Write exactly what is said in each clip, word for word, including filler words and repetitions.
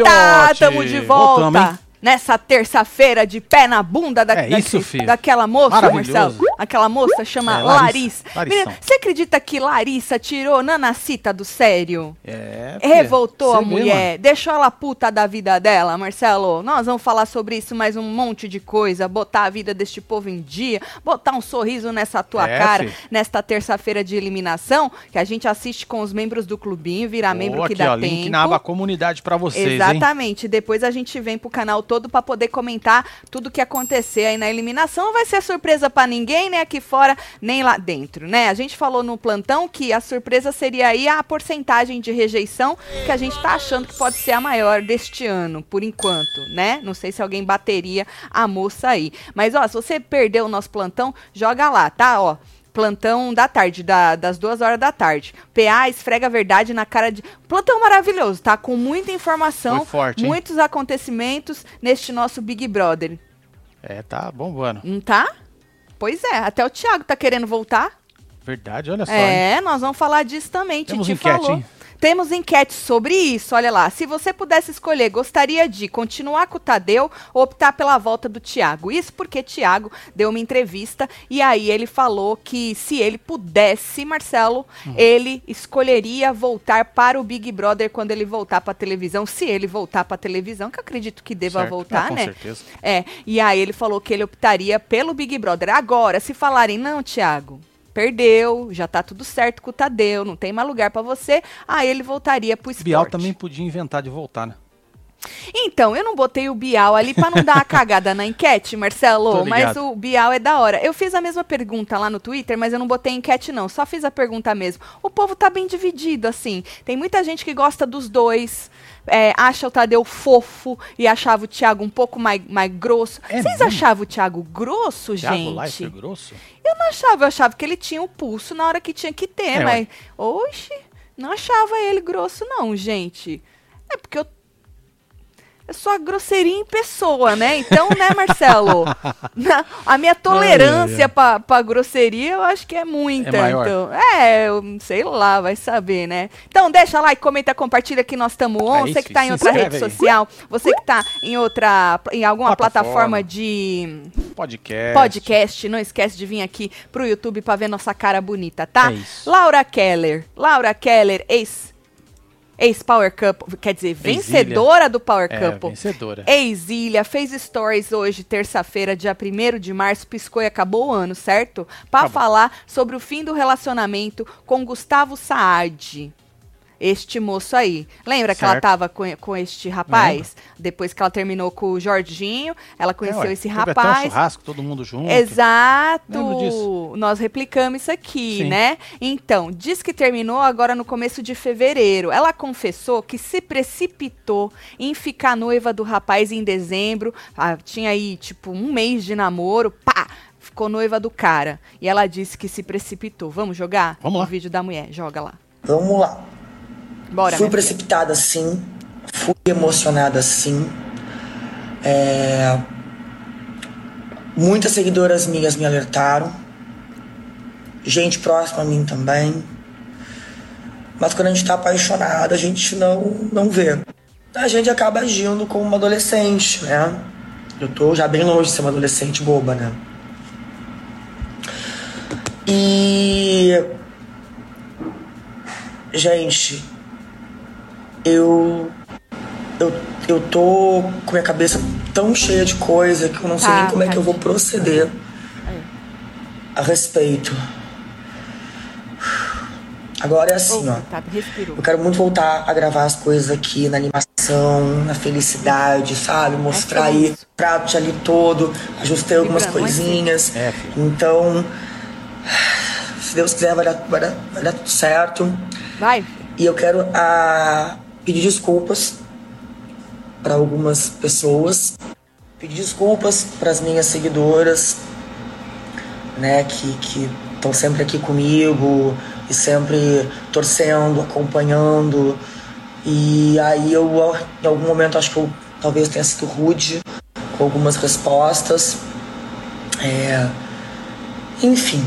Fiote! Tamo de volta! Voltamos, nessa terça-feira de pé na bunda da, é isso, filho. daquela moça, Marcelo. Aquela moça chama é, Larissa. Larissa. Menina, você acredita que Larissa tirou Nanacita do sério? É. Revoltou a vê, mulher, mano. deixou ela puta da vida dela, Marcelo. Nós vamos falar sobre isso, mais um monte de coisa, botar a vida deste povo em dia, botar um sorriso nessa tua é, cara, filho. nesta terça-feira de eliminação, que a gente assiste com os membros do clubinho, virar Pô, membro que aqui, dá ó, tempo. Link na aba comunidade pra vocês, Exatamente. Hein? Depois a gente vem pro canal todo pra poder comentar tudo que acontecer aí na eliminação. Não vai ser surpresa pra ninguém, nem aqui fora, nem lá dentro, né? A gente falou no plantão que a surpresa seria aí a porcentagem de rejeição que a gente tá achando que pode ser a maior deste ano, por enquanto, né? Não sei se alguém bateria a moça aí. Mas, ó, se você perdeu o nosso plantão, joga lá, tá? Ó, plantão da tarde, da, das duas horas da tarde. P A esfrega a verdade na cara de... Plantão maravilhoso, tá? Com muita informação, Foi forte, hein? muitos acontecimentos neste nosso Big Brother. É, tá bombando. Não tá? Pois é, até o Thiago tá querendo voltar. Verdade, olha só. É, hein? nós vamos falar disso também, Temos Titi enquete, falou. hein? Temos enquete sobre isso, olha lá. Se você pudesse escolher, gostaria de continuar com o Tadeu ou optar pela volta do Thiago? Isso porque Thiago deu uma entrevista e aí ele falou que se ele pudesse, Marcelo, uhum. ele escolheria voltar para o Big Brother quando ele voltar para a televisão. Se ele voltar para a televisão, que eu acredito que deva certo. voltar, ah, com né? Com certeza. É, e aí ele falou que ele optaria pelo Big Brother. Agora, se falarem, não, Thiago... Perdeu, já tá tudo certo com o Tadeu, não tem mais lugar pra você, aí ele voltaria pro esporte. Bial também podia inventar de voltar, né? Então, eu não botei o Bial ali pra não dar uma cagada na enquete, Marcelo, mas o Bial é da hora. Eu fiz a mesma pergunta lá no Twitter, mas eu não botei enquete não, só fiz a pergunta mesmo. O povo tá bem dividido, assim, tem muita gente que gosta dos dois, é, acha o Tadeu fofo e achava o Thiago um pouco mais, mais grosso. É Vocês mesmo? achavam o Thiago grosso, Thiago gente? Leifert grosso? Eu não achava, eu achava que ele tinha o pulso na hora que tinha que ter, É, mas... Oxi, não achava ele grosso não, gente. É porque eu... Eu sou a grosseirinha em pessoa, né? Então, né, Marcelo? Na, a minha tolerância pra, pra grosseria, eu acho que é muita. É maior. Então, é, eu sei lá, vai saber, né? Então, deixa like, comenta, compartilha que nós estamos on. É você isso, que tá em se outra rede inscreve aí. social, você que tá em outra, em alguma plataforma, Plataforma. de Podcast. podcast, não esquece de vir aqui pro YouTube pra ver nossa cara bonita, tá? É isso. Laura Keller, Laura Keller, ex Ex-Power Couple, quer dizer, vencedora do Power É, Couple. vencedora. Ex-Ilha, fez stories hoje, terça-feira, dia primeiro de março, piscou e acabou o ano, certo? Para falar sobre o fim do relacionamento com Gustavo Saad. Este moço aí. Lembra certo. que ela tava com, com este rapaz? Lembra. Depois que ela terminou com o Jorginho, ela conheceu é, ué, esse teve até rapaz. um churrasco, todo mundo junto. Exato. Lembro disso. Nós replicamos isso aqui, Sim. né? Então, diz que terminou agora no começo de fevereiro. Ela confessou que se precipitou em ficar noiva do rapaz em dezembro. Ah, tinha aí, tipo, um mês de namoro. Pá! Ficou noiva do cara. E ela disse que se precipitou. Vamos jogar? Vamos lá. O vídeo da mulher. Joga lá. Vamos lá. Bora, fui minha precipitada sim, fui emocionada sim. É... Muitas seguidoras minhas me alertaram, gente próxima a mim também. Mas quando a gente tá apaixonado, a gente não, não vê. A gente acaba agindo como uma adolescente, né? Eu tô já bem longe de ser uma adolescente boba, né? E... Gente... Eu, eu, eu tô com a minha cabeça tão cheia de coisa que eu não sei Tá, nem como é que eu vou tadinho. proceder a respeito. Agora é assim, Oh, ó. tá, respirou. Eu quero muito voltar a gravar as coisas aqui na animação, na felicidade, sabe? Mostrar É aí isso. o prato ali todo, ajustei algumas Vibrando, mas sim. coisinhas. É, filho. Então, se Deus quiser, vai dar, vai dar, vai dar tudo certo. Vai. E eu quero a, pedir desculpas para algumas pessoas, pedir desculpas para as minhas seguidoras, né, que que estão sempre aqui comigo e sempre torcendo, acompanhando. E aí eu, em algum momento, acho que eu talvez tenha sido rude com algumas respostas. É, enfim.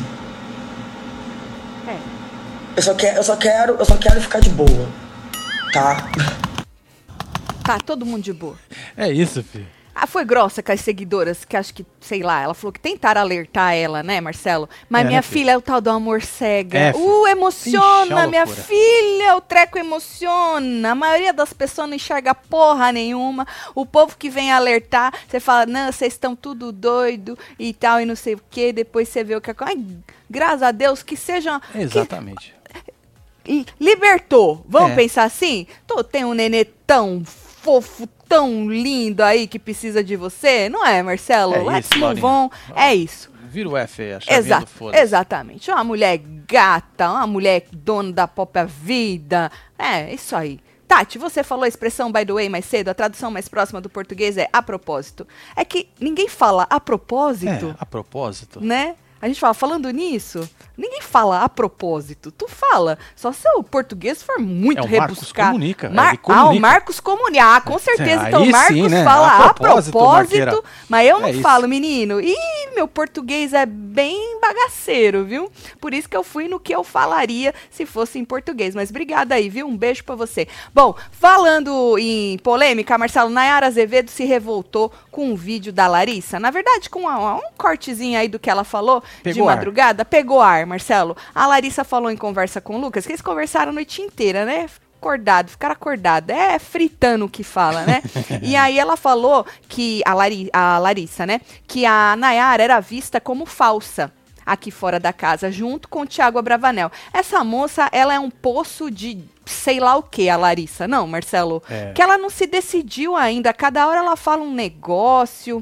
É. Eu só quero, eu só quero, eu só quero ficar de boa, tá? Tá todo mundo de boa. É isso, filho. Ah, foi grossa com as seguidoras, que acho que, sei lá, ela falou que tentaram alertar ela, né, Marcelo? Mas É, minha né, filha filho? é o tal do amor cega. É, filho. uh, emociona, Ixi, a minha loucura. filha, o treco emociona. A maioria das pessoas não enxerga porra nenhuma. O povo que vem alertar, você fala, não, vocês estão tudo doido e tal, e não sei o quê. Depois você vê o que acontece. Graças a Deus, que seja... Exatamente. Que, libertou. Vamos É. pensar assim? Tô, tem um nenê tão fofo, tão lindo aí que precisa de você, não é, Marcelo? É Let's isso, move Laurinha. on. É isso. Vira o F aí, a chavinha do Exato, foda-se. exatamente. Uma mulher gata, uma mulher dona da própria vida. É, isso aí. Tati, você falou a expressão by the way mais cedo, a tradução mais próxima do português é a propósito. É que ninguém fala a propósito, É, a propósito. né? A gente fala, falando nisso, ninguém fala a propósito. Tu fala, só se o português for muito É, o Marcos rebuscado. comunica, Mar- ele comunica. Ah, o Marcos comunica. Ah, com certeza. Aí Então, o Marcos sim, né? fala A a propósito, propósito, Marqueira. mas eu não É isso. falo, menino. Ih, meu português é bem bagaceiro, viu? Por isso que eu fui no que eu falaria se fosse em português. Mas obrigada aí, viu? Um beijo pra você. Bom, falando em polêmica, Marcelo, Nayara Azevedo se revoltou com um vídeo da Larissa. Na verdade, com uma- um cortezinho aí do que ela falou de Pegou ar. madrugada. Pegou ar, Marcelo. A Larissa falou em conversa com o Lucas, que eles conversaram a noite inteira, né? Acordado, ficaram acordados. É fritando o que fala, né? E aí ela falou que, a, Lari, a Larissa, né? Que a Nayara era vista como falsa aqui fora da casa, junto com o Thiago Abravanel. Essa moça, ela é um poço de sei lá o que, a Larissa. Não, Marcelo. É. Que ela não se decidiu ainda. Cada hora ela fala um negócio...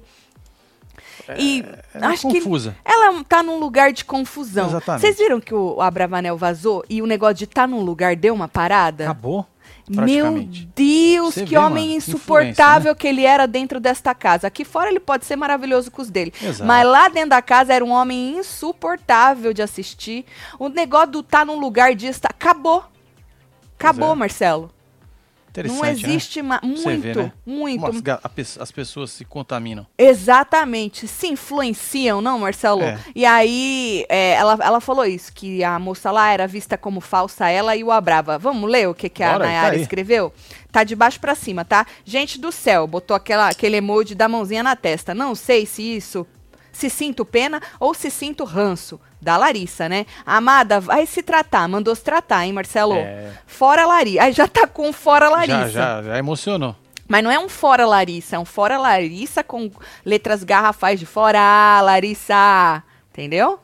E ela é acho que confusa. ela tá num lugar de confusão. Exatamente. Vocês viram que o Abravanel vazou e o negócio de estar num lugar deu uma parada? Acabou, Meu praticamente. Deus, Você que vê, homem mano, insuportável influência, que ele era dentro desta casa. Aqui fora ele pode ser maravilhoso com os dele. Exato. Mas lá dentro da casa era um homem insuportável de assistir. O negócio do tá num lugar disso, tá, acabou. Acabou, é. Marcelo. Interessante, Não existe mais. né? Muito, Você vê, né? muito. Como as, ga- a pe- as pessoas se contaminam. Exatamente, se influenciam, não, Marcelo? É. E aí, é, ela, ela falou isso, que a moça lá era vista como falsa, ela e o Abrava. Vamos ler o que, que a Bora, Nayara tá aí. escreveu? Tá de baixo pra cima, tá? Gente do céu, botou aquela, aquele emoji da mãozinha na testa. Não sei se isso, se sinto pena ou se sinto ranço. Da Larissa, né? Amada, vai se tratar, mandou se tratar, hein, Marcelo? É. Fora Larissa. Aí já tá com fora Larissa. Já, já, já emocionou. Mas não é um fora Larissa, é um fora Larissa com letras garrafais de fora ah, Larissa, entendeu?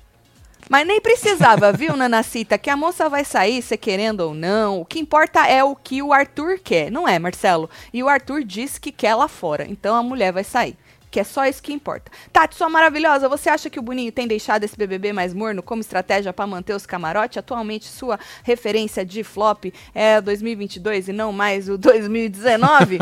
Mas nem precisava, viu, Nanacita, que a moça vai sair, você querendo ou não. O que importa é o que o Arthur quer, não é, Marcelo? E o Arthur disse que quer lá fora, então a mulher vai sair. Que é só isso que importa. Tati, sua maravilhosa, você acha que o Boninho tem deixado esse B B B mais morno como estratégia para manter os camarotes? Atualmente, sua referência de flop é dois mil e vinte e dois e não mais o dois mil e dezenove?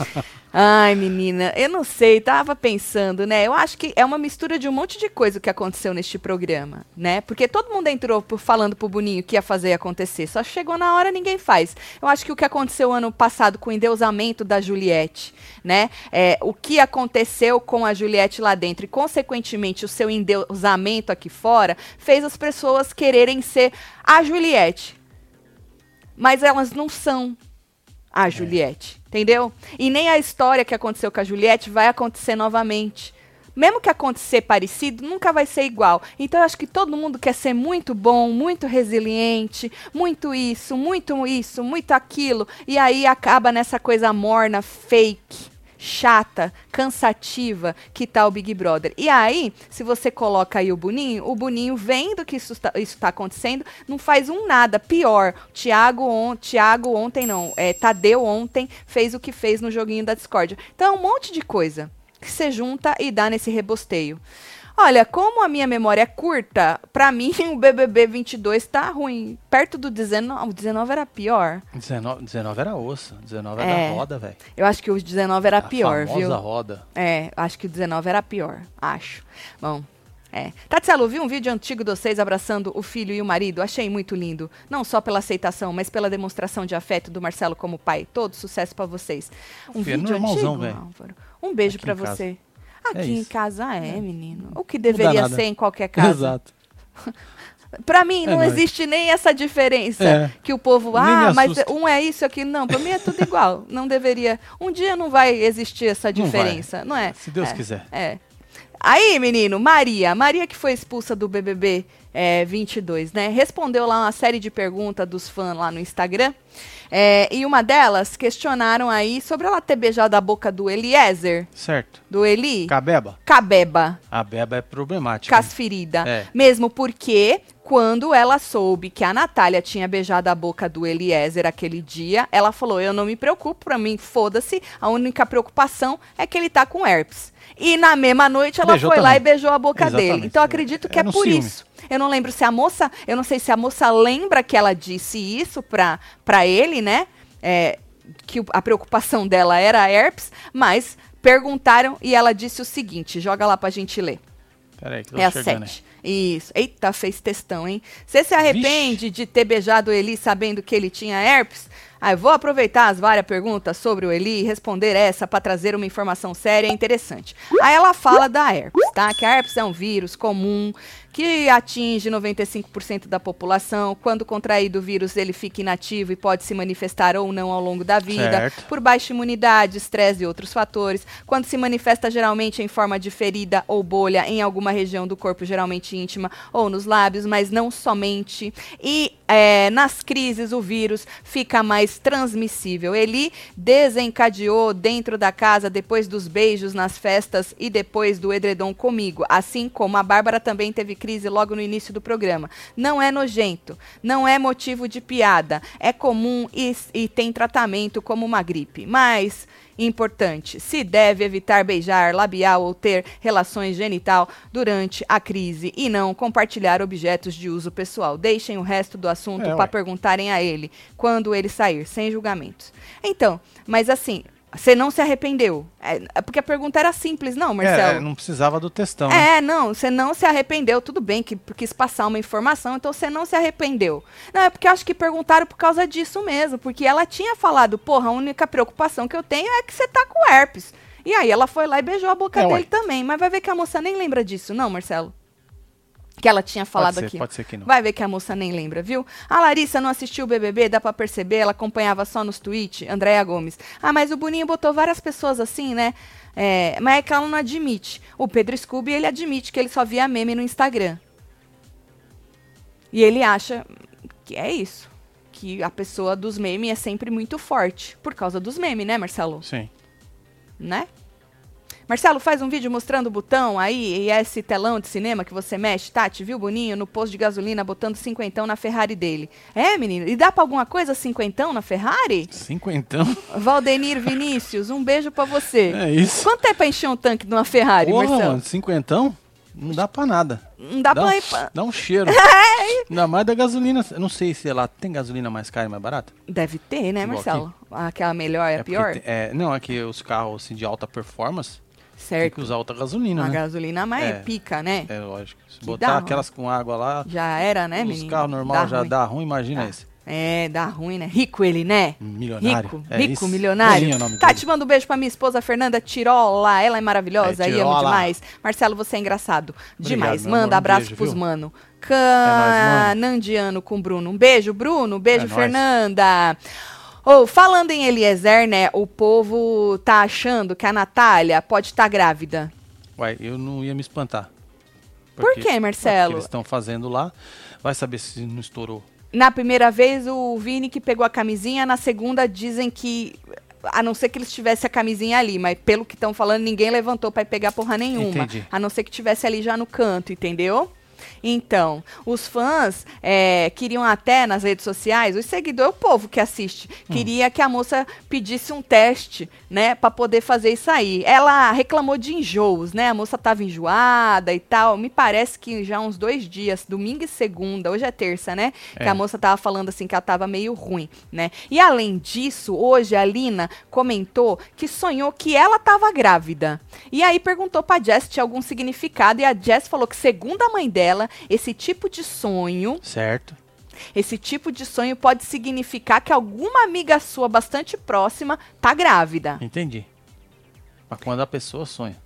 Ai, menina, eu não sei, tava pensando, né? Eu acho que é uma mistura de um monte de coisa o que aconteceu neste programa, né? Porque todo mundo entrou por, falando pro Boninho que ia fazer acontecer, só chegou na hora ninguém faz. Eu acho que o que aconteceu ano passado com o endeusamento da Juliette, né? É, o que aconteceu com a Juliette lá dentro e, consequentemente, o seu endeusamento aqui fora, fez as pessoas quererem ser a Juliette. Mas elas não são a Juliette, é. Entendeu? E nem a história que aconteceu com a Juliette vai acontecer novamente. Mesmo que acontecer parecido, nunca vai ser igual. Então, eu acho que todo mundo quer ser muito bom, muito resiliente, muito isso, muito isso, muito aquilo. E aí acaba nessa coisa morna, fake, chata, cansativa, que tá o Big Brother. E aí, se você coloca aí o Boninho, o Boninho vendo que isso está, isso tá acontecendo, não faz um nada. Pior, Thiago, on, Thiago ontem não, é, Tadeu ontem fez o que fez no joguinho da Discord. Então, é um monte de coisa que você junta e dá nesse rebosteio. Olha, como a minha memória é curta, pra mim o B B B vinte e dois tá ruim. Perto do dezenove, o dezenove era pior. dezenove, dezenove era osso, dezenove É. era roda, velho. Eu acho que o dezenove era A pior, famosa viu? roda. É, acho que o dezenove era pior, acho. Bom, é. Tatselo, vi um vídeo antigo de vocês abraçando o filho e o marido. Achei muito lindo. Não só pela aceitação, mas pela demonstração de afeto do Marcelo como pai. Todo sucesso pra vocês. Um Filho, vídeo normalzão, antigo, velho. Álvaro. Um beijo Aqui pra em casa. você. Aqui É em isso. casa é, É. menino. O que Não dá deveria nada. ser em qualquer casa. Exato. Pra mim, É, não não, existe nem essa diferença. É. Que o povo, Nem me ah, mas assusta. um é isso, aqui não. Pra mim é tudo igual. Não deveria. Um dia não vai existir essa Não diferença, não, é? Se Deus é, quiser. É. Aí, menino, Maria. Maria que foi expulsa do B B B é, vinte e dois, né? Respondeu lá uma série de perguntas dos fãs lá no Instagram. É, e uma delas questionaram aí sobre ela ter beijado a boca do Eliezer, Certo. do Eli. Cabeba? Cabeba. A beba é problemática. Casferida. É. Mesmo porque, quando ela soube que a Natália tinha beijado a boca do Eliezer aquele dia, ela falou, eu não me preocupo, pra mim, foda-se, a única preocupação é que ele tá com herpes. E na mesma noite ela Beijou foi lá também. e beijou a boca Exatamente. dele. Então eu acredito que É é no por ciúme. isso. Eu não lembro se a moça, eu não sei se a moça lembra que ela disse isso pra, pra ele, né? É, que o- a preocupação dela era a herpes, mas perguntaram e ela disse o seguinte, joga lá pra gente ler. Peraí, que eu tô É a chegando aí. sete. Isso. Eita, fez textão, hein? Você se arrepende de ter beijado o Eli sabendo que ele tinha herpes? Ah, eu vou aproveitar as várias perguntas sobre o Eli e responder essa para trazer uma informação séria e interessante. Aí ela fala da herpes, tá? Que a herpes é um vírus comum que atinge noventa e cinco por cento da população. Quando contraído o vírus, ele fica inativo e pode se manifestar ou não ao longo da vida, Certo. por baixa imunidade, estresse e outros fatores. Quando se manifesta geralmente em forma de ferida ou bolha em alguma região do corpo, geralmente íntima ou nos lábios, mas não somente. E é, nas crises o vírus fica mais transmissível. Ele desencadeou dentro da casa depois dos beijos nas festas e depois do edredom comigo, assim como a Bárbara também teve crise logo no início do programa. Não é nojento, não é motivo de piada, é comum e, e tem tratamento como uma gripe, mas importante, se deve evitar beijar labial ou ter relações genital durante a crise e não compartilhar objetos de uso pessoal. Deixem o resto do assunto É, para ué. perguntarem a ele quando ele sair, sem julgamentos. Então, mas assim, você não se arrependeu? É, é porque a pergunta era simples, não, Marcelo? É, não precisava do textão, né? É, não, você não se arrependeu, tudo bem que quis passar uma informação, então você não se arrependeu. Não, é porque eu acho que perguntaram por causa disso mesmo, porque ela tinha falado, porra, a única preocupação que eu tenho é que você tá com herpes. E aí ela foi lá e beijou a boca É, dele ué. também, mas vai ver que a moça nem lembra disso, não, Marcelo? Que ela tinha falado pode ser, aqui. Pode ser que não. Vai ver que a moça nem lembra, viu? A Larissa não assistiu o B B B, dá pra perceber, ela acompanhava só nos tweets, Andréia Gomes. Ah, mas o Boninho botou várias pessoas assim, né? É, mas é que ela não admite. O Pedro Scooby, ele admite que ele só via meme no Instagram. E ele acha que é isso. Que a pessoa dos memes é sempre muito forte. Por causa dos memes, né, Marcelo? Sim. Né? Marcelo, faz um vídeo mostrando o botão aí e esse telão de cinema que você mexe, Tati, viu, Boninho, no posto de gasolina botando cinquentão na Ferrari dele. É, menino? E dá pra alguma coisa cinquentão na Ferrari? Cinquentão? Valdenir Vinícius, um beijo pra você. É isso. Quanto é pra encher um tanque de uma Ferrari, Porra, Marcelo? mano, cinquentão? Não dá pra nada. Não dá, Dá, pra um, ir pra... dá um cheiro. Ainda mais da gasolina. Eu não sei se lá tem gasolina mais cara e mais barata. Deve ter, né, Igual Marcelo? Aquela melhor é, a porque pior? tem- é, não, é que os carros assim, de alta performance tem Certo. que usar outra gasolina, Uma né? gasolina mais É. pica, né? É lógico. Se Que botar dá, aquelas com água lá, Já era, né, os menino? carros normais já ruim. dá ruim, imagina Dá. esse. É, dá ruim, né? Rico ele, né? Milionário. Rico, É rico, isso. milionário. Bolinho é o nome Tati, dele. manda um beijo pra minha esposa Fernanda Tirola. Ela é maravilhosa É, e amo Tirola. demais. Marcelo, você é engraçado. demais. meu amor, Manda um abraço beijo, pros viu? mano. nóis, mano. Canandiano com Bruno. Um beijo, Bruno. Beijo, É nóis. Fernanda. Ou, falando em Eliezer, né? O povo tá achando que a Natália pode estar grávida. Uai, eu não ia me espantar. Por quê, Marcelo? Porque eles estão fazendo lá. Vai saber se não estourou. Na primeira vez, o Vini que pegou a camisinha. Na segunda, dizem que... A não ser que eles tivessem a camisinha ali. Mas pelo que estão falando, ninguém levantou pra ir pegar porra nenhuma. Entendi. A não ser que tivesse ali já no canto, entendeu? Então, os fãs é, queriam até nas redes sociais, os seguidores, o povo que assiste, queria que a moça pedisse um teste, né, pra poder fazer isso aí. Ela reclamou de enjoos, né, a moça tava enjoada e tal, me parece que já uns dois dias, domingo e segunda, hoje é terça, né, É. que a moça tava falando assim que ela tava meio ruim, né. E além disso, hoje a Lina comentou que sonhou que ela tava grávida. E aí perguntou pra Jess se tinha algum significado e a Jess falou que segundo a mãe dela, esse tipo de sonho, Certo. esse tipo de sonho pode significar que alguma amiga sua bastante próxima tá grávida. Entendi. Mas quando a pessoa sonha.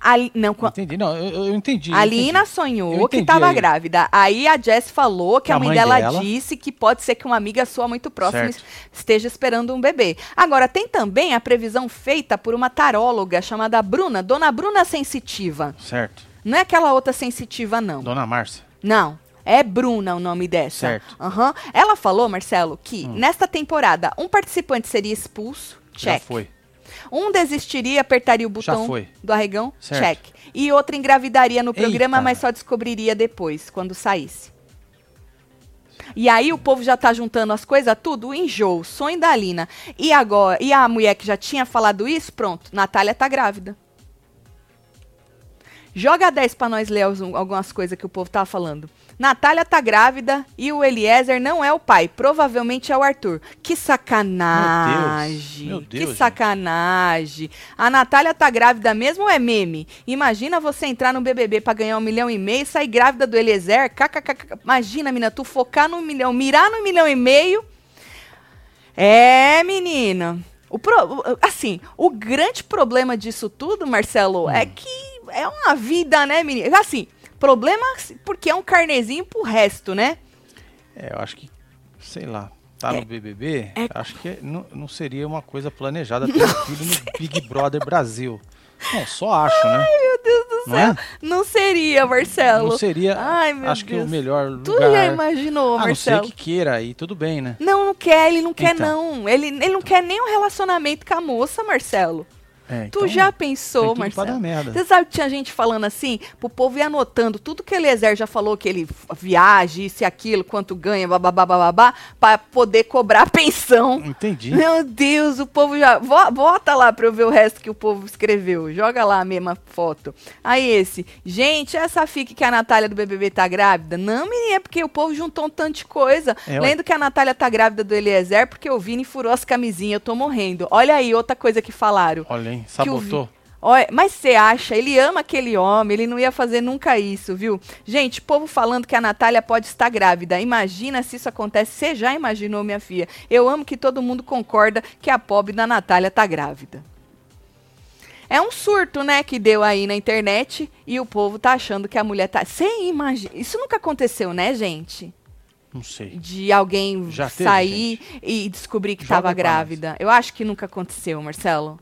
Ali, não, entendi, não, eu, eu entendi. A Lina entendi. sonhou que estava grávida. Aí a Jess falou que, que a mãe, mãe dela, dela disse que pode ser que uma amiga sua muito próxima certo. esteja esperando um bebê. Agora, tem também a previsão feita por uma taróloga chamada Bruna, Dona Bruna Sensitiva. Certo. Não é aquela outra sensitiva, não. Dona Márcia. Não. É Bruna o nome dessa. Certo. Uhum. Ela falou, Marcelo, que hum. nesta temporada um participante seria expulso. Check. Já foi. Um desistiria, apertaria o botão do arregão, certo. check. E outra engravidaria no programa, Eita. mas só descobriria depois, quando saísse. E aí o povo já tá juntando as coisas, tudo, o enjoo, o sonho da Lina. E agora, e a mulher que já tinha falado isso, pronto, Natália tá grávida. Joga dez pra nós ler algumas coisas que o povo tava falando. Natália tá grávida e o Eliezer não é o pai. Provavelmente é o Arthur. Que sacanagem. Meu Deus, meu Deus, que sacanagem. Gente. A Natália tá grávida mesmo ou é meme? Imagina você entrar no B B B pra ganhar um milhão e meio e sair grávida do Eliezer. Kkk. Imagina, menina, tu focar no milhão, mirar no milhão e meio. É, menina. O pro, assim, o grande problema disso tudo, Marcelo, hum. é que é uma vida, né, menina? Assim, problema porque é um carnezinho pro resto, né? É, eu acho que, sei lá, tá é, no B B B, é, acho que não, não seria uma coisa planejada ter um filho no Big Brother Brasil. Não, só acho, né? Ai, meu Deus do não céu. É? Não seria, Marcelo. Não seria, Ai, meu acho Deus. que o melhor lugar... Tu já imaginou, ah, Marcelo? A não ser que queira, aí tudo bem, né? Não, não quer, ele não quer então. não. Ele, ele não quer nem um relacionamento com a moça, Marcelo. É, tu então, já pensou, tudo Marcelo? pra dar merda. Você sabe que tinha gente falando assim, pro povo ir anotando tudo que Eliezer já falou, que ele viaja, isso e aquilo, quanto ganha, bababá, bababá, pra poder cobrar a pensão. Entendi. Meu Deus, o povo já... Bota lá pra eu ver o resto que o povo escreveu. Joga lá a mesma foto. Aí esse. Gente, essa fique que a Natália do B B B tá grávida? Não, menina, é porque o povo juntou um tanto de coisa. É, Lendo que a Natália tá grávida do Eliezer porque o Vini furou as camisinhas, eu tô morrendo. Olha aí, outra coisa que falaram. Olha, hein? Sabotou. Olha, mas você acha, ele ama aquele homem, ele não ia fazer nunca isso, viu? Gente, povo falando que a Natália pode estar grávida. Imagina se isso acontece. Você já imaginou, minha filha? Eu amo que todo mundo concorda que a pobre da Natália tá grávida. É um surto, né, que deu aí na internet e o povo tá achando que a mulher tá... Você imagina... Isso nunca aconteceu, né, gente? Não sei. De alguém já teve, sair gente. e descobrir que Joga tava grávida. Eu acho que nunca aconteceu, Marcelo.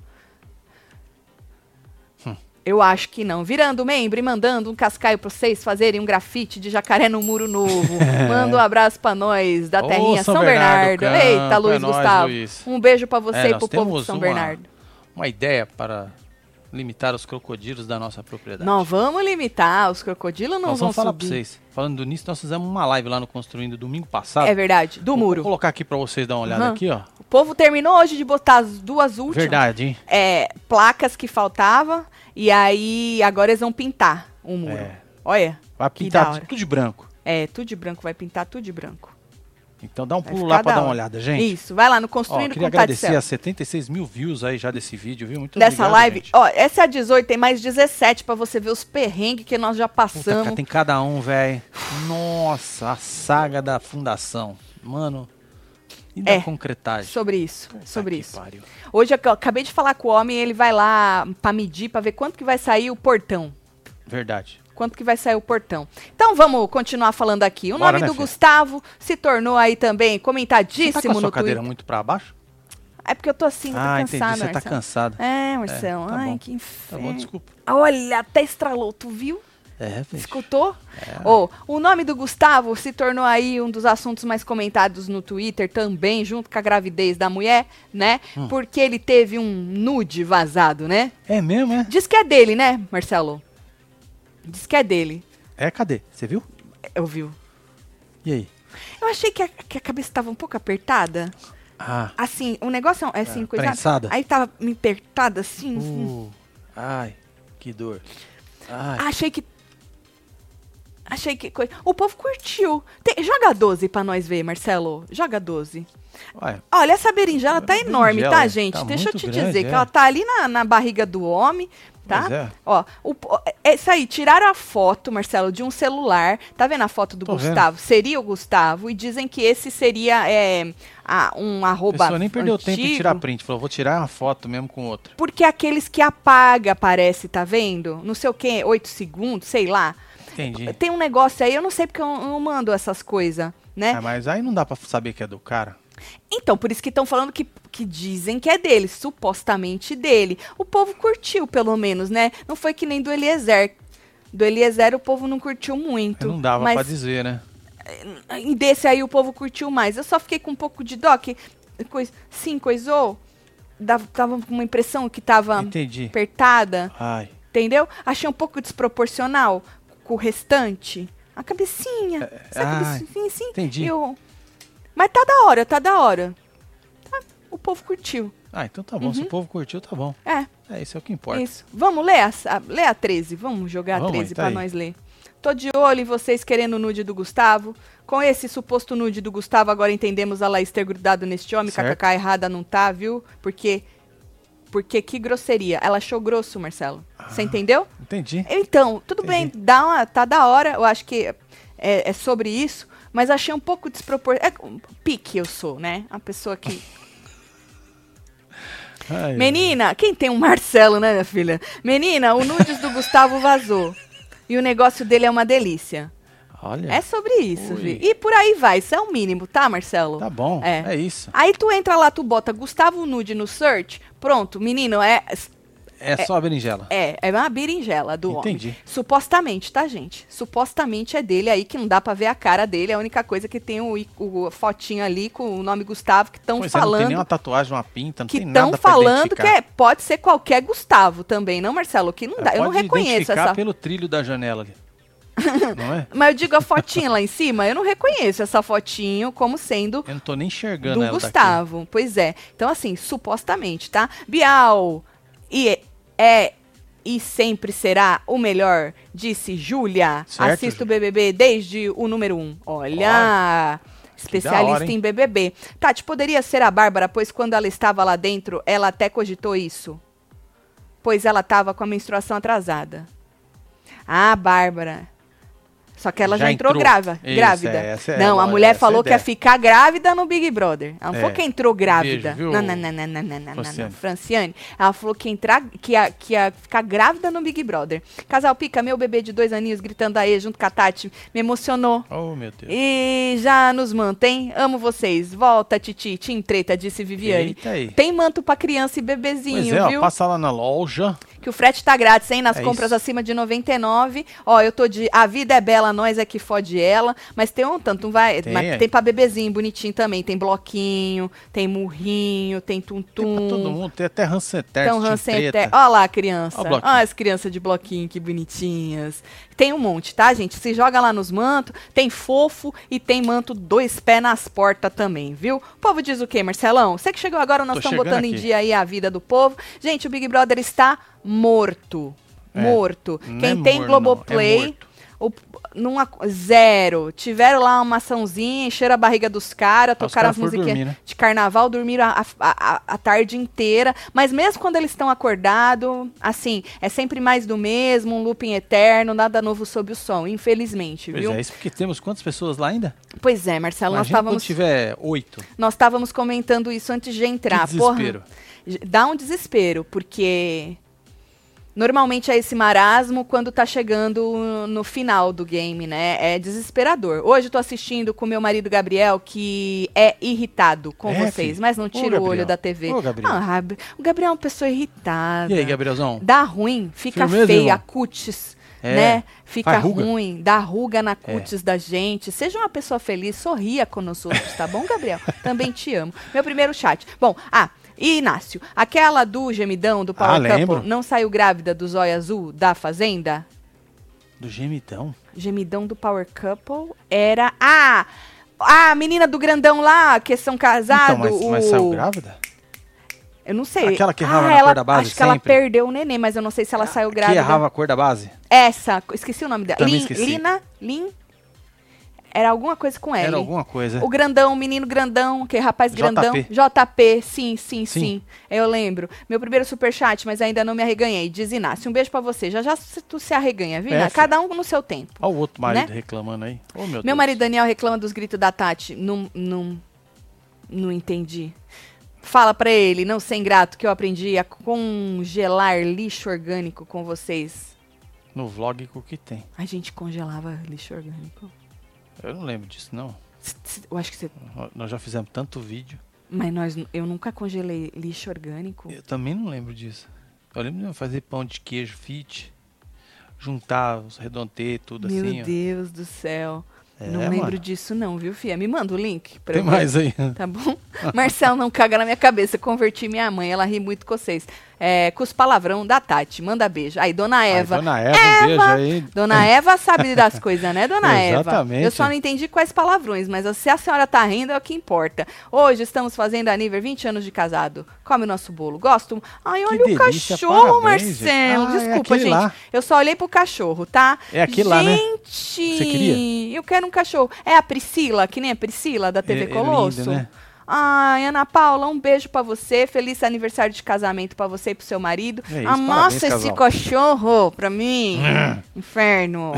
Eu acho que não. Virando membro e mandando um cascaio pra vocês fazerem um grafite de jacaré no muro novo. Manda um abraço pra nós da terrinha Ô, São, São Bernardo. Bernardo Eita, Luiz é nóis, Gustavo. Luiz. Um beijo pra você é, e pro povo de São uma, Bernardo. Uma ideia para limitar os crocodilos da nossa propriedade. Não vamos limitar, os crocodilos não nós vão vamos falar subir. Pra vocês. Falando nisso, nós fizemos uma live lá no Construindo domingo passado. É verdade, do vou, muro. Vou colocar aqui pra vocês dar uma olhada Uhum. aqui, ó. O povo terminou hoje de botar as duas últimas. Verdade, hein? É, placas que faltavam. E aí, agora eles vão pintar o muro. É. Olha. Vai pintar tudo de branco. É, tudo de branco, vai pintar tudo de branco. Então dá um pulo lá pra dar uma olhada, gente. Isso, vai lá no Construindo ó, queria com agradecer a setenta e seis mil views aí já desse vídeo, viu? Muito Dessa obrigado, live. Gente. Ó, essa é a dezoito, tem mais dezessete pra você ver os perrengues que nós já passamos. Puta, cara, tem cada um, velho. Nossa, a saga da fundação. Mano, e da é, concretagem? Sobre isso, Puta sobre isso. Pariu. Hoje eu acabei de falar com o homem, ele vai lá pra medir, pra ver quanto que vai sair o portão. Verdade. Quanto que vai sair o portão. Então vamos continuar falando aqui. O Bora, nome né, do filha? Gustavo se tornou aí também comentadíssimo Você tá com a sua no cadeira Twitter. muito pra baixo? É porque eu tô assim, ah, tô entendi, cansada, você tá Marcelo. cansada. É, Marcelo. É, tá Ai, bom. que inferno. Tá bom, desculpa. Olha, até estralou, tu viu? É, bicho. Escutou? É. Oh, o nome do Gustavo se tornou aí um dos assuntos mais comentados no Twitter também, junto com a gravidez da mulher, né? Hum. Porque ele teve um nude vazado, né? É mesmo, é? Diz que é dele, né, Marcelo? Diz que é dele. É, cadê? Você viu? Eu vi. E aí? Eu achei que a, que a cabeça estava um pouco apertada. Ah. Assim, o negócio é assim, É, coisa. prensada? Aí tava me apertada assim. Uh, ai, que dor. Ai. Achei que. Achei que coisa. O povo curtiu. Tem- joga doze pra nós ver, Marcelo. Joga doze. Olha, Olha, essa berinjela tá Berinjela, enorme, tá, é. gente? Tá Deixa eu muito te grande, dizer que é. ela tá ali na, na barriga do homem. Tá? Pois é. Ó, o, é isso aí, tiraram a foto, Marcelo, de um celular. Tá vendo a foto do Tô Gustavo? vendo. Seria o Gustavo. E dizem que esse seria é, a, um A arroba pessoa nem perdeu antigo, tempo em tirar print. Falou, vou tirar uma foto mesmo com outra. porque aqueles que apaga, parece, tá vendo? Não sei o que, oito segundos, sei lá. Entendi. Tem um negócio aí, eu não sei porque eu não mando essas coisas, né? Ah, mas aí não dá pra saber que é do cara. Então, por isso que estão falando que, que dizem que é dele, supostamente dele. O povo curtiu, pelo menos, né? Não foi que nem do Eliezer. Do Eliezer o povo não curtiu muito. Não dava mas pra dizer, né? E desse aí o povo curtiu mais. Eu só fiquei com um pouco de dó, que coisa, sim, coisou. Dava, tava com uma impressão que tava Entendi. apertada, Ai. entendeu? Achei um pouco desproporcional com o restante. A cabecinha. É, Essa ai, cabecinha, assim. entendi. Eu... Mas tá da hora, tá da hora. Tá, o povo curtiu. Ah, então tá bom. Se o povo curtiu, tá bom. É, É, isso é o que importa. isso. Vamos ler a, a, ler a treze. Vamos jogar Vamos a treze aí, tá pra aí. nós ler. Tô de olho em vocês querendo o nude do Gustavo. Com esse suposto nude do Gustavo, agora entendemos a Laís ter grudado neste homem. Certo. Kkk, errada não tá, viu? Porque, porque que grosseria. Ela achou grosso, Marcelo. Você Ah. entendeu? Entendi. Então, tudo Entendi. bem, dá uma, tá da hora. Eu acho que é, é sobre isso. Mas achei um pouco desproporcional. É, um pique eu sou, né? A pessoa que... Ai, Menina, quem tem um Marcelo, né, minha filha? Menina, o nudes do Gustavo vazou. E o negócio dele é uma delícia. Olha. É sobre isso, Ui. Vi. E por aí vai, isso é o mínimo, tá, Marcelo? Tá bom. É. É, isso. Aí tu entra lá, tu bota Gustavo Nude no search, pronto, menino, é... É, só a berinjela. É, é uma berinjela do Entendi. homem. Supostamente, tá, gente? Supostamente é dele aí, que não dá pra ver a cara dele. É a única coisa que tem o, o fotinho ali com o nome Gustavo, que estão Pois é, não tem falando... nem uma tatuagem, uma pinta, não que tem nada estão pra falando que identificar. é, pode ser qualquer Gustavo também, não, Marcelo? Que não dá. Eu não Pode reconheço identificar essa... pelo trilho da janela ali. Não é? Mas eu digo a fotinha lá em cima, eu não reconheço essa fotinho como sendo Eu não tô nem enxergando do ela daqui. Gustavo. Pois é. Então, assim, supostamente, tá? Bial e é, é e sempre será o melhor, disse Júlia. Certo, Assisto o Júlia. B B B desde o número um. Olha... Especialista da hora, hein? em B B B. Tati, poderia ser a Bárbara, pois quando ela estava lá dentro, ela até cogitou isso. Pois ela estava com a menstruação atrasada. Ah, Bárbara. Só que ela já, Já entrou, entrou. grávida. Isso, grávida. é, essa é não, a a- mulher essa é a falou que ia ideia. ficar grávida no Big Brother. Ela não É. falou que entrou grávida. Beijo, viu, não, não, não, não, não, não, não, não, não. Franciane? Franciane. Ela falou que, entrar, que, ia, que ia ficar grávida no Big Brother. Casal Pica, meu bebê de dois aninhos gritando aí junto com a Tati, me emocionou. Oh, meu Deus. E já nos mantém. Amo vocês. Volta, Titi. Tim Treta, disse Viviane. Eita aí. Tem manto pra criança e bebezinho, Pois é, ó, viu? passa lá na loja. Que o frete tá grátis, hein? Nas É compras isso. acima de noventa e nove. Ó, eu tô de... A vida é bela, nós é que fode ela. Mas tem um tanto, não vai... Tem, mas é. tem pra bebezinho, bonitinho também. Tem bloquinho, tem murrinho, tem Tem tum-tum. pra todo mundo. Tem até Hansen Tem um Terce, Hansen Tim Treta. Eterno. Ó lá, criança. Ó o Ó, bloquinho. as crianças de bloquinho, que bonitinhas. Tem um monte, tá, gente? Se joga lá nos mantos. Tem fofo e tem manto dois pés nas portas também, viu? O povo diz o quê, Marcelão? Você que chegou agora, nós Tô estamos chegando botando em aqui. dia aí a vida do povo. Gente, o Big Brother está morto. É, Morto. não Quem é tem morno, não, é Globoplay... morto. O, numa, zero. Tiveram lá uma açãozinha, encheram a barriga dos caras, Ah, os tocaram caras as foram musiquinhas dormir, né? de carnaval, dormiram a, a, a, a tarde inteira. Mas mesmo quando eles estão acordados, assim, é sempre mais do mesmo, um looping eterno, nada novo sob o sol, infelizmente, Pois viu? é, isso porque temos quantas pessoas lá ainda? Pois é, Marcelo, nós Imagina quando estávamos tiver oito. nós estávamos comentando isso antes de entrar. Que desespero. Porra, dá um desespero, porque normalmente é esse marasmo quando tá chegando no final do game, né? É desesperador. Hoje eu tô assistindo com meu marido Gabriel, que é irritado com É, vocês, filho? mas não Ô, tira o Gabriel. olho da T V. Ô, Gabriel. Ah, Rab- o Gabriel é uma pessoa irritada. E aí, Gabrielzão? Dá ruim, fica Firmeza, feia, irmão? a cutis, É, né? Fica faz ruga. ruim, dá ruga na cutis da gente. Seja uma pessoa feliz, sorria com os outros, tá bom, Gabriel? Também te amo. Meu primeiro chat. Bom, ah, e Inácio, aquela do gemidão do Power Ah, Couple lembro. não saiu grávida do Zóio Azul da Fazenda? Do gemidão? Gemidão do Power Couple era... Ah! A menina do grandão lá, que são casados. Então, mas, mas o... saiu grávida? Eu não sei. Aquela que errava ah, na ela, cor da base acho que ela sempre? perdeu o neném, mas eu não sei se ela saiu grávida. Que errava a cor da base? Essa, esqueci o nome dela. Também Lin, esqueci. Lina, Lin, Era alguma coisa com L. Era alguma coisa. O grandão, o menino grandão, que é rapaz grandão. J P. J P, sim, sim, sim, Sim. Eu lembro. Meu primeiro superchat, mas ainda não me arreganhei. Diz Inácio, um beijo pra você. Já já tu se arreganha, viu? É, Inácio? Cada um no seu tempo. Olha o outro marido né? reclamando aí. Oh, meu Meu Deus. marido Daniel reclama dos gritos da Tati. Não, não, não entendi. Fala pra ele, não ser ingrato, que eu aprendi a congelar lixo orgânico com vocês. No vlog que tem. A gente congelava lixo orgânico. Eu não lembro disso, não. Eu acho que você... Nós já fizemos tanto vídeo. Mas nós, eu nunca congelei lixo orgânico. Eu também não lembro disso. Eu lembro de fazer pão de queijo fit, juntar os redondê, tudo Meu assim. Meu Deus ó. do céu. É, não lembro mano. disso não, viu, Fia? Me manda o link. Pra Tem eu ver. mais aí. Tá bom? Marcel, não caga na minha cabeça. Converti minha mãe, ela ri muito com vocês. É, com os palavrão da Tati. Manda beijo. Aí, Dona Eva. Ai, Dona Eva, um beijo aí. Dona Eva sabe das coisas, né, Dona Eva? Exatamente. Eu só não entendi quais palavrões, mas se a senhora tá rindo é o que importa. Hoje estamos fazendo aniversário, vinte anos de casado. Come o nosso bolo. Gosto? Ai, olha Que o delícia, cachorro, parabéns, Marcelo. gente. Ah, Desculpa, é gente. lá. Eu só olhei pro cachorro, tá? É aquele lá, né? Gente, Você queria? eu quero um cachorro. É a Priscila, que nem a Priscila da T V É- é Colosso? lindo, né? Ai, Ana Paula, um beijo pra você. Feliz aniversário de casamento pra você e pro seu marido. É isso, Amassa parabéns, esse casal. cachorro pra mim. Inferno.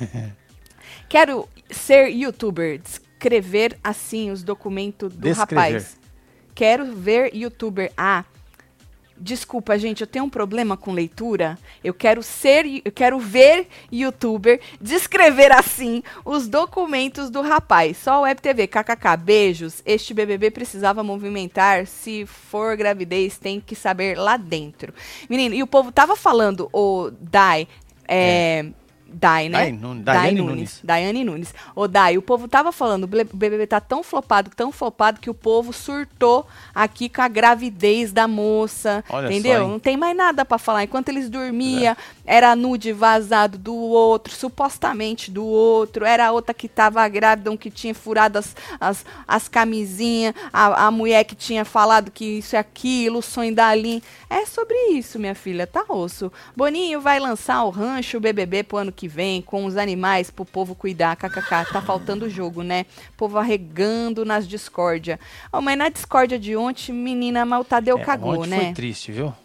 Quero ser youtuber. Descrever assim os documentos do Descrever. rapaz. Quero ver youtuber. Ah, desculpa, gente, eu tenho um problema com leitura. Eu quero ser, eu quero ver youtuber descrever assim os documentos do rapaz. Só Web T V, kkk, beijos. Este B B B precisava movimentar. Se for gravidez, tem que saber lá dentro. Menino, e o povo tava falando, o Dai, é... Dai, né? Dai Nunes, Daiane Nunes. Daiane Nunes. Ô, Dai, o povo tava falando, o B B B tá tão flopado, tão flopado, que o povo surtou aqui com a gravidez da moça. Olha entendeu? só, hein? Não tem mais nada pra falar. Enquanto eles dormiam, era nude vazado do outro, supostamente do outro. Era a outra que tava grávida, um que tinha furado as, as, as camisinhas. A, a mulher que tinha falado que isso é aquilo, o sonho da Aline. É sobre isso, minha filha, tá osso. Boninho vai lançar o rancho B B B pro ano que vem, com os animais pro povo cuidar, kkk. Tá faltando jogo, né? Povo arregando nas discórdia. Oh, mas na discórdia de ontem, menina, mas o Tadeu É, cagou, ontem né? foi triste, viu?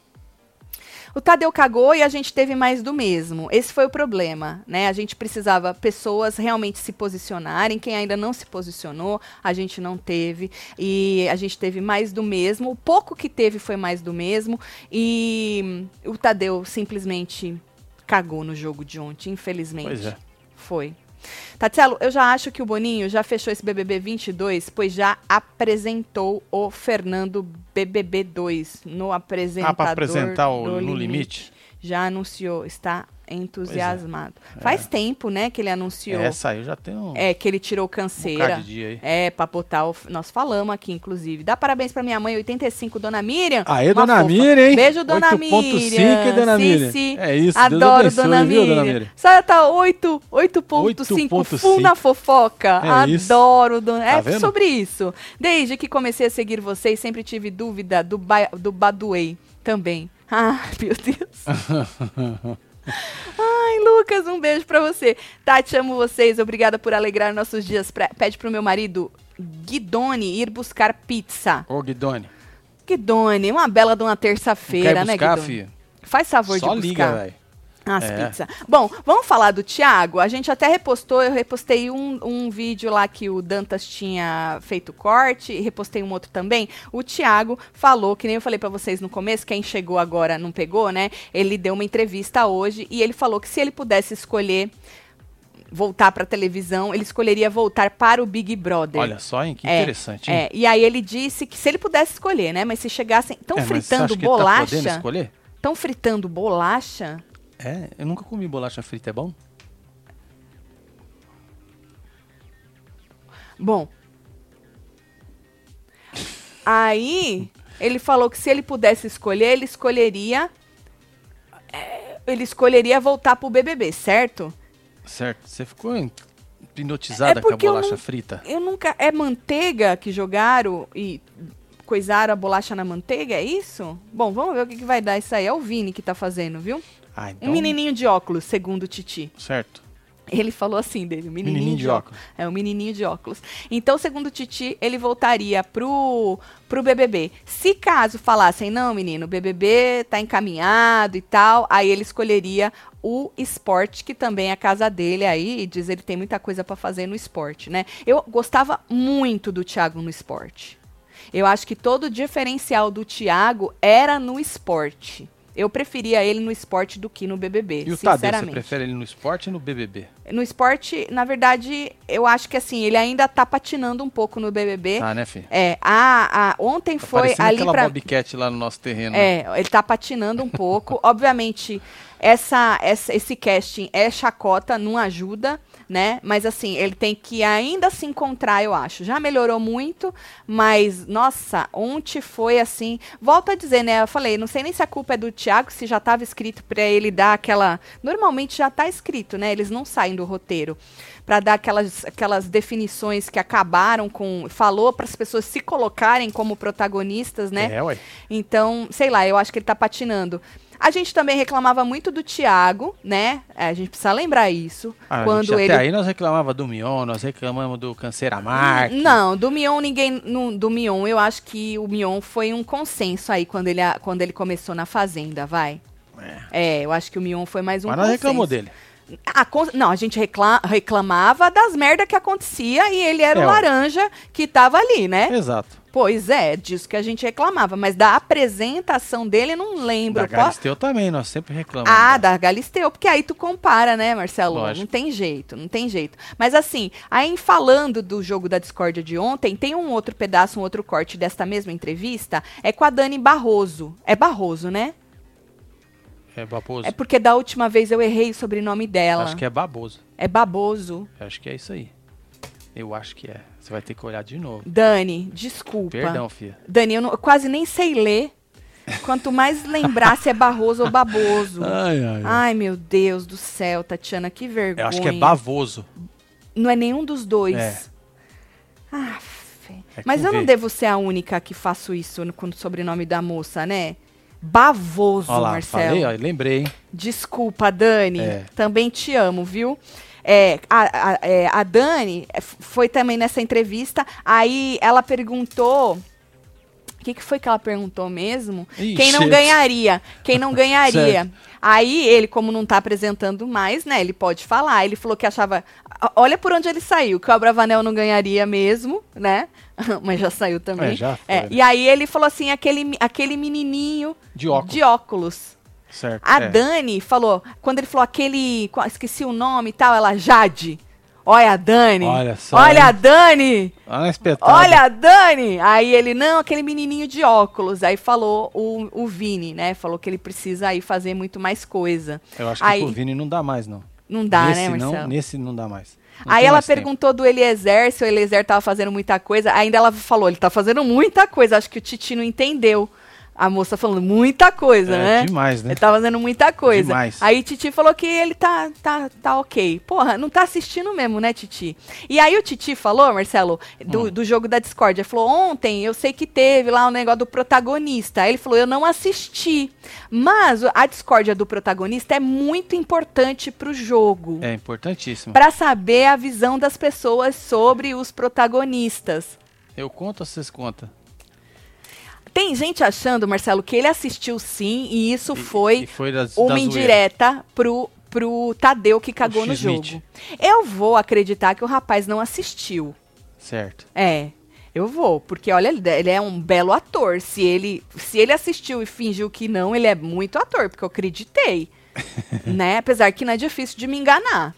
O Tadeu cagou e a gente teve mais do mesmo. Esse foi o problema, né? A gente precisava pessoas realmente se posicionarem. Quem ainda não se posicionou, a gente não teve. E a gente teve mais do mesmo. O pouco que teve foi mais do mesmo. E o Tadeu simplesmente cagou no jogo de ontem, infelizmente. Pois é. Foi. Tatielo, eu já acho que o Boninho já fechou esse B B B vinte e dois, pois já apresentou o Fernando B B B dois no apresentador Ah, pra apresentar o do No Limite? Já anunciou, está entusiasmado. Faz tempo, né, que ele anunciou. Essa aí eu já tenho um É, que ele tirou canseira. bocado de dia aí. É, pra botar o... Nós falamos aqui, inclusive. Dá parabéns pra minha mãe, oitenta e cinco, Dona Miriam. Aê, Uma Dona fofa. Miriam, hein? Beijo, Dona oito ponto cinco, Miriam. hein, Dona Sim, Miriam? sim. É isso, Deus Adoro, abençoe, Dona viu, Miriam. Dona Miriam? A senhora tá oito ponto cinco, oito ponto full na cinco. fofoca. É isso. Adoro, Dona... Tá É vendo? sobre isso. Desde que comecei a seguir vocês, sempre tive dúvida do, ba... do Baduei também. Ah, meu Deus. Ai, Lucas, um beijo pra você. Tati, amo vocês. Obrigada por alegrar nossos dias. Pra... Pede pro meu marido, Guidoni, ir buscar pizza. Ô, Guidoni, Guidoni, uma bela de uma terça-feira, quer né, buscar, Guidoni? filho? Faz favor Só de liga, buscar. velho. As É. pizzas. Bom, vamos falar do Thiago. A gente até repostou, eu repostei um, um vídeo lá que o Dantas tinha feito corte, e repostei um outro também. O Thiago falou, que nem eu falei pra vocês no começo, quem chegou agora não pegou, né? Ele deu uma entrevista hoje e ele falou que se ele pudesse escolher voltar pra televisão, ele escolheria voltar para o Big Brother. Olha só, hein? Que É, interessante, hein? É, e aí ele disse que se ele pudesse escolher, né? Mas se chegassem, tão É, mas você fritando acha que ele tá podendo bolacha, escolher? tão fritando bolacha... É, eu nunca comi bolacha frita, é bom? Bom, aí ele falou que se ele pudesse escolher, ele escolheria é, ele escolheria voltar pro B B B, certo? Certo. Você ficou hipnotizada É com a porque eu bolacha não- frita? Eu nunca... É manteiga que jogaram e coisaram a bolacha na manteiga, é isso? Bom, vamos ver o que, que vai dar isso aí. É o Vini que tá fazendo, viu? Ah, então... Um menininho de óculos, segundo o Titi. Certo. Ele falou assim dele, o menininho, Menininho de, de óculos. É, o menininho de óculos. Então, segundo o Titi, ele voltaria pro, pro B B B. Se caso falassem, não, menino, o B B B tá encaminhado e tal, aí ele escolheria o esporte, que também é a casa dele aí, e diz ele tem muita coisa pra fazer no esporte, né? Eu gostava muito do Thiago no esporte. Eu acho que todo o diferencial do Thiago era no esporte. Eu preferia ele no esporte do que no B B B, E o sinceramente. Tadeu, você prefere ele no esporte ou no B B B? No esporte, na verdade, eu acho que assim, ele ainda tá patinando um pouco no B B B. Tá, né, filho? É, a, a, ontem Tá foi ali aquela pra... Bobcat lá no nosso terreno. Né? É, ele tá patinando um pouco. Obviamente, essa, essa, esse casting é chacota, não ajuda, né? Mas assim, ele tem que ainda se encontrar, eu acho. Já melhorou muito, mas, nossa, ontem foi assim... Volto a dizer, né? Eu falei, não sei nem se a culpa é do Thiago, se já tava escrito pra ele dar aquela... Normalmente já tá escrito, né? Eles não saem do roteiro para dar aquelas, aquelas definições que acabaram com... Falou para as pessoas se colocarem como protagonistas, né? É, ué. Então, sei lá, eu acho que ele tá patinando. A gente também reclamava muito do Thiago, né? É, a gente precisa lembrar isso. Ah, quando gente, ele... Até aí nós reclamava do Mion, nós reclamamos do Canseira Marques. Não, do Mion ninguém... No, do Mion, eu acho que o Mion foi um consenso aí quando ele, quando ele começou na Fazenda, vai. É, é eu acho que o Mion foi mais um Mas nós consenso. reclamou dele. A, não, a gente recla, reclamava das merdas que acontecia e ele era É, o ó. laranja que tava ali, né? Exato. Pois é, disso que a gente reclamava. Mas da apresentação dele, eu não lembro. Da Po- Galisteu também, nós sempre reclamamos. Ah, dela. da Galisteu, porque aí tu compara, né, Marcelo? Lógico. Não tem jeito, não tem jeito. Mas assim, aí falando do jogo da discórdia de ontem, tem um outro pedaço, um outro corte desta mesma entrevista, é com a Dani Barroso. É Barroso, né? É baboso. É porque da última vez eu errei o sobrenome dela. Acho que é baboso. É Baboso. Acho que é isso aí. Eu acho que é. Você vai ter que olhar de novo. Dani, desculpa. Perdão, filha. Dani, eu, não- eu quase nem sei ler. Quanto mais lembrar se é Barroso ou Baboso. Ai, ai, ai. Ai, meu Deus do céu, Tatiana, que vergonha. Eu acho que é bavoso. Não é nenhum dos dois. É. Ah, fe- É Mas com eu não V. devo ser a única que faço isso no- com o sobrenome da moça, né? Bavoso, Olha lá, Marcelo. falei, ó, lembrei, hein? Desculpa, Dani. É. Também te amo, viu? É, a, a, é, a Dani é, f- foi também nessa entrevista. Aí ela perguntou. O que, que foi que ela perguntou mesmo? Ixi. Quem não ganharia? Quem não ganharia? Certo. Aí ele, como não tá apresentando mais, né? Ele pode falar. Ele falou que achava. a- Olha por onde ele saiu, que o Abravanel não ganharia mesmo, né? Mas já saiu também. É, já foi, É, né? e aí ele falou assim: aquele, aquele menininho De óculos. de óculos. Certo. A é. Dani falou, quando ele falou aquele, qual- esqueci o nome e tal, ela, Jade. Olha a Dani. Olha só, Olha hein? a Dani. Olha a espetada. Olha a Dani. Aí ele, não, aquele menininho de óculos. Aí falou o, o Vini, né? Falou que ele precisa aí fazer muito mais coisa. Eu acho que aí, pro Vini não dá mais, não. Não dá, nesse né, não, Marcelo? Nesse não dá mais. Não Aí tem ela mais tempo. perguntou do Eliezer, se o Eliezer tava fazendo muita coisa. Ainda ela falou, ele tá fazendo muita coisa. Acho que o Titi não entendeu. A moça falando muita coisa, É, né? demais, né? Ele tá fazendo muita coisa. Demais. Aí Titi falou que ele tá, tá, tá ok. Porra, não tá assistindo mesmo, né, Titi? E aí o Titi falou, Marcelo, do, Hum. do jogo da Discord. Ele falou, ontem eu sei que teve lá o negócio do protagonista. Aí ele falou, eu não assisti. Mas a discórdia do protagonista é muito importante pro jogo. É importantíssimo. Pra saber a visão das pessoas sobre os protagonistas. Eu conto ou vocês contam? Tem gente achando, Marcelo, que ele assistiu sim, e isso E- foi, e foi das- uma da zoeira. indireta pro, pro Tadeu que cagou no X-Smith. jogo. Eu vou acreditar que o rapaz não assistiu. Certo. É, eu vou, porque olha, ele ele é um belo ator. Se ele, se ele assistiu e fingiu que não, ele é muito ator, porque eu acreditei. Né? Apesar que não é difícil de me enganar.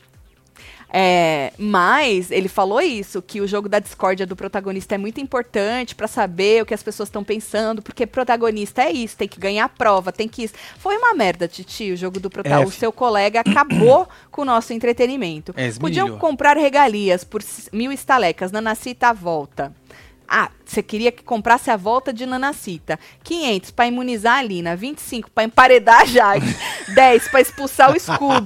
É, mas ele falou isso, que o jogo da discórdia do protagonista é muito importante pra saber o que as pessoas estão pensando, porque protagonista é isso, tem que ganhar a prova, tem que isso. Foi uma merda, Titi, o jogo do protagonista. É, O seu colega acabou com o nosso entretenimento. É, Podiam esmirilhou. comprar regalias por s- mil estalecas, Nanacita à volta. Ah, você queria que comprasse a volta de Nanacita. quinhentos para imunizar a Lina, vinte e cinco para emparedar a Jade, dez para expulsar o Scooby,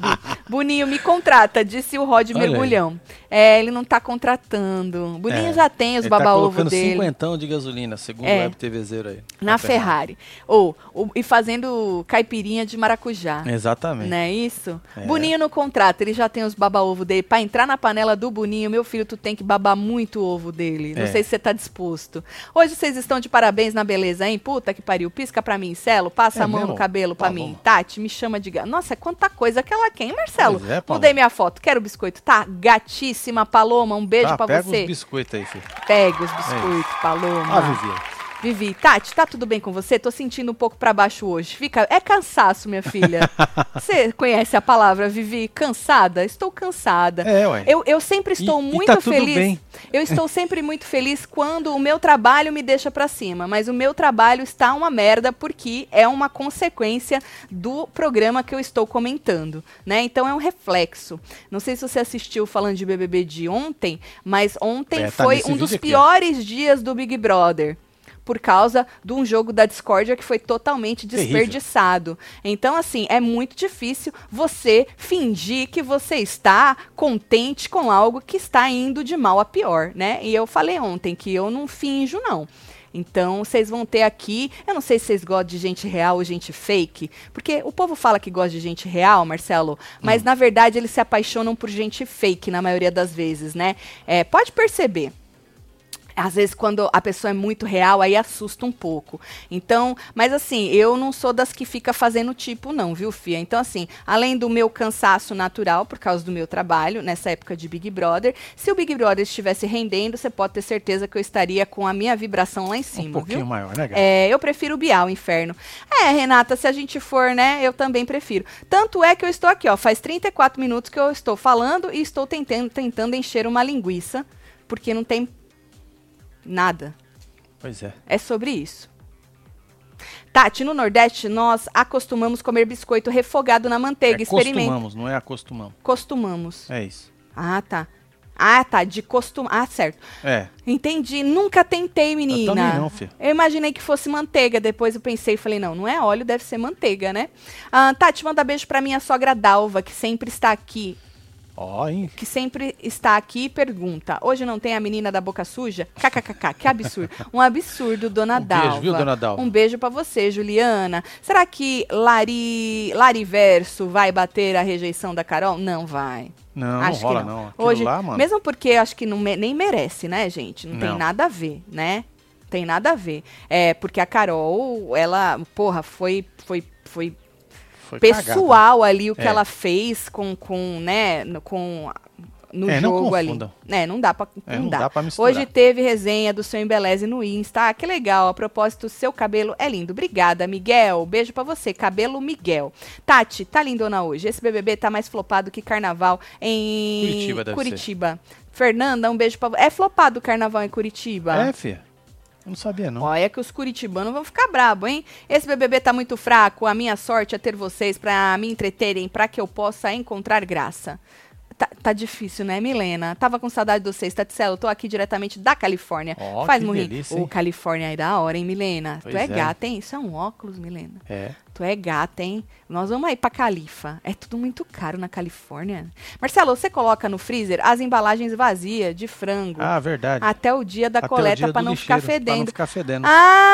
Boninho, me contrata, disse o Rod Olha Mergulhão. É, ele não tá contratando. Boninho É, já tem os ele tá baba-ovo colocando dele. cinquentão de gasolina, segundo É. o Web T V Zero aí. Na Ferrari. Ou, ou- e fazendo caipirinha de maracujá. Exatamente. Não é isso? É. Boninho no contrato, ele já tem os baba-ovo dele. Pra entrar na panela do Boninho, meu filho, tu tem que babar muito o ovo dele. Não É. sei se você tá disposto. Hoje vocês estão de parabéns na beleza, hein? Puta que pariu. Pisca pra mim, Celo. Passa É a mão mesmo? no cabelo pra Tá mim. bom. Tati, me chama de gato. Nossa, quanta coisa que ela quer, hein, Marcelo? Pois é, Paloma. Mudei minha foto. Quero biscoito, tá? Gatíssima, Paloma. Um beijo Tá, pra pega você. os biscoitos aí, filho. Pega os biscoitos, Paloma. Ah, Vivi. Vivi, Tati, tá tudo bem com você? Tô sentindo um pouco pra baixo hoje. Fica, é cansaço, minha filha. Você conhece a palavra, Vivi? Cansada? Estou cansada. É, ué. Eu, eu sempre estou E- e muito tá tudo feliz. bem. Eu estou sempre muito feliz quando o meu trabalho me deixa pra cima, mas o meu trabalho está uma merda porque é uma consequência do programa que eu estou comentando, né? Então é um reflexo. Não sei se você assistiu falando de B B B de ontem, mas ontem É, tá foi nesse um dos vídeo aqui, ó. piores dias do Big Brother. Por causa de um jogo da discórdia que foi totalmente Terrível. desperdiçado. Então, assim, é muito difícil você fingir que você está contente com algo que está indo de mal a pior, né? E eu falei ontem que eu não finjo, não. Então, vocês vão ter aqui... Eu não sei se vocês gostam de gente real ou gente fake. Porque o povo fala que gosta de gente real, Marcelo. Mas, Hum. na verdade, eles se apaixonam por gente fake, na maioria das vezes, né? É, pode perceber. Às vezes, quando a pessoa é muito real, aí assusta um pouco. Então, mas assim, eu não sou das que fica fazendo tipo, não, viu, Fia? Então, assim, além do meu cansaço natural, por causa do meu trabalho, nessa época de Big Brother, se o Big Brother estivesse rendendo, você pode ter certeza que eu estaria com a minha vibração lá em cima, Um pouquinho viu? maior, né, Gato? É, eu prefiro o Bial, o inferno. É, Renata, se a gente for, né, eu também prefiro. Tanto é que eu estou aqui, ó, faz trinta e quatro minutos que eu estou falando e estou tentando, tentando encher uma linguiça, porque não tem nada. Pois é. É sobre isso. Tati, no Nordeste, nós acostumamos comer biscoito refogado na manteiga. É Experimenta. costumamos, não é acostumamos. Costumamos. É isso. Ah, tá. Ah, tá. De costum... Ah, certo. É. Entendi. Nunca tentei, menina. Eu também não, filho. Eu imaginei que fosse manteiga. Depois eu pensei e falei, não, não é óleo, deve ser manteiga, né? Ah, Tati, manda beijo pra minha sogra Dalva, que sempre está aqui. Ó, hein? Que sempre está aqui e pergunta. Hoje não tem a menina da boca suja? KKKK, que absurdo. Um absurdo, dona Um Dalva. beijo, viu, dona Dalva? Um beijo pra você, Juliana. Será que Lari, Lariverso vai bater a rejeição da Carol? Não vai. Não, Acho não rola que não. não. Aquilo Hoje, lá, mano. mesmo porque acho que não me- nem merece, né, gente? Não, tem Não. nada a ver, né? Tem nada a ver. É, porque a Carol, ela, porra, foi, foi, foi Foi pessoal ali o que É. ela fez com, com né, no- com no É, não jogo ali. confundam. É, não dá pra, É, não não dá. dá pra misturar. Hoje teve resenha do seu Embeleze no Insta. Ah, que legal. A propósito, seu cabelo é lindo. Obrigada, Miguel. Beijo pra você. Cabelo Miguel. Tati, tá lindona hoje. Esse B B B tá mais flopado que carnaval em Curitiba deve Curitiba. Fernanda, um beijo pra você. É flopado o carnaval em Curitiba? É, filha. Eu não sabia, não. Olha que os curitibanos vão ficar brabo, hein? Esse B B B tá muito fraco. A minha sorte é ter vocês pra me entreterem, pra que eu possa encontrar graça. Tá, tá difícil, né, Milena? Tava com saudade de vocês, Taticelo. Tô aqui diretamente da Califórnia. Ó, Faz que morrer. delícia, Ô, hein? Califórnia é da hora, hein, Milena? Pois tu é, é. gata, hein? Isso é um óculos, Milena. É. Tu é gata, hein? Nós vamos aí pra Califa. É tudo muito caro na Califórnia. Marcelo, você coloca no freezer as embalagens vazias de frango. Ah, verdade. Até o dia da Até o coleta dia pra do não lixeiro, ficar fedendo. Pra não ficar fedendo.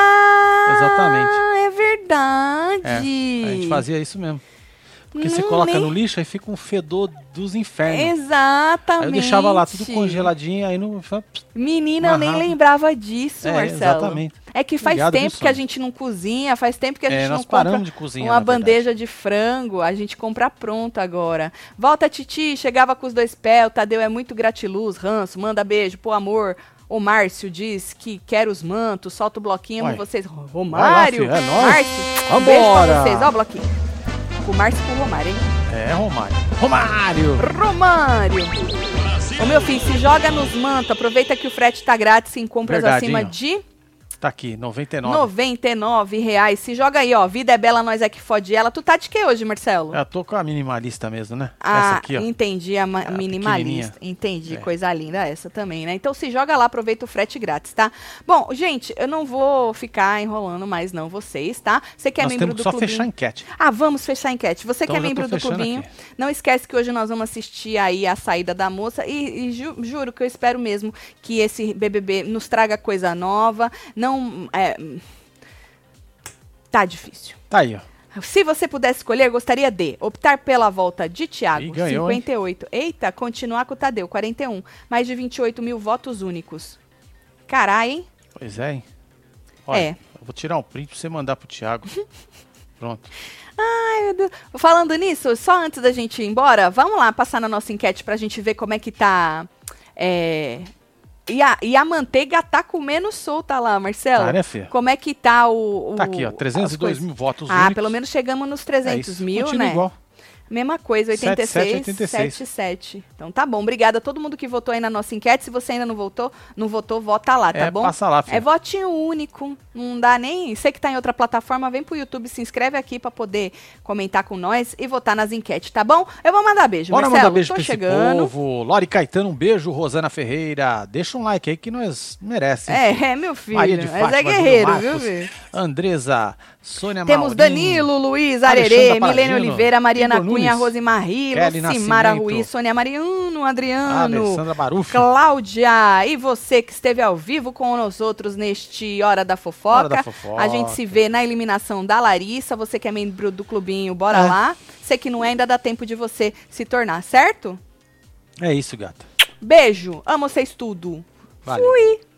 Ah! Exatamente. É verdade. É, a gente fazia isso mesmo. Porque você Não, coloca nem- no lixo, aí fica um fedor dos infernos. Exatamente. Aí eu deixava lá tudo congeladinho, aí não... Menina, eu nem Amarrava. lembrava disso, É, Marcelo. exatamente. É que faz Obrigado, tempo viu, que a Sônia? gente não cozinha, faz tempo que a gente É, não nós compra paramos de cozinhar, uma na verdade. bandeja de frango, a gente compra pronto agora. Volta, Titi, chegava com os dois pés, o Tadeu é muito gratiluz, ranço, manda beijo, pô, amor. O Márcio diz que quer os mantos, solta o bloquinho, amo Uai. vocês. Ô, Vai lá, Mário, filho, é nóis. Márcio, um beijo pra Vambora. vocês. Ó o bloquinho. O Márcio com o Romário, hein? É, Romário. Romário! Romário! Ô, meu filho, se joga nos mantos, aproveita que o frete tá grátis em compras Verdade, acima hein, ó. de Tá aqui, noventa e nove. noventa e nove reais. Se joga aí, ó. Vida é bela, nós é que fode ela. Tu tá de que hoje, Marcelo? Eu tô com a minimalista mesmo, né? Ah, essa aqui, ó. entendi. A, a minimalista. Entendi. É. Coisa linda essa também, né? Então se joga lá, aproveita o frete grátis, tá? Bom, gente, eu não vou ficar enrolando mais não vocês, tá? Você que é Nós membro temos do que só clubinho... fechar a enquete. Ah, vamos fechar a enquete. Você Então, que é já tô membro do fechando clubinho, aqui. não esquece que hoje nós vamos assistir aí a saída da moça e, e ju- juro que eu espero mesmo que esse B B B nos traga coisa nova. Não... É, tá difícil. Tá aí, ó. Se você pudesse escolher, gostaria de optar pela volta de Thiago, Ih, ganhou, cinquenta e oito. Hein? Eita, continuar com o Tadeu, quarenta e um. Mais de vinte e oito mil votos únicos. Caralho, hein? Pois é, hein? Olha, É. eu vou tirar um print pra você mandar pro Thiago. Pronto. Ai, meu Deus. Falando nisso, só antes da gente ir embora, vamos lá passar na nossa enquete pra gente ver como é que tá... É... E, a, e a manteiga tá comendo solta lá, Marcelo. Tá, né, Fê? Como é que tá o... o Tá aqui, ó. trezentos e dois as coisas? mil votos Ah, únicos. pelo menos chegamos nos É trezentos isso. mil, Continua né? igual. Mesma coisa, oitenta e seis, setenta e seis, oitenta e seis. setenta e sete. Então tá bom, obrigada a todo mundo que votou aí na nossa enquete. Se você ainda não votou, não votou, vota lá, tá É, bom? passa lá, filho. É votinho único, não dá nem... Você que tá em outra plataforma, vem pro YouTube, se inscreve aqui pra poder comentar com nós e votar nas enquetes, tá bom? Eu vou mandar beijo, Bora Marcelo, mandar beijo tô pra esse chegando. povo. Lori Caetano, um beijo. Rosana Ferreira, deixa um like aí que nós merecemos. É, é, meu filho, Maria de mas Fátima, é guerreiro, Júlio viu, Marcos, filho? Andresa, Sônia Temos Maurinho, Danilo, Luiz, Arerê, Alexandra Milene Paladino, Oliveira, Mariana Igor Cunha, Nunes, Rosemary, Kelly Lucimara Nascimento, Ruiz, Sônia Mariano, Adriano, Alessandra Baruffi. Cláudia, e você que esteve ao vivo com nós outros neste Hora da Fofoca. Hora da Fofoca. A gente se vê na eliminação da Larissa. Você que é membro do clubinho, bora É. lá. Você que não é, ainda dá tempo de você se tornar, certo? É isso, gata. Beijo, amo vocês tudo. Valeu. Fui.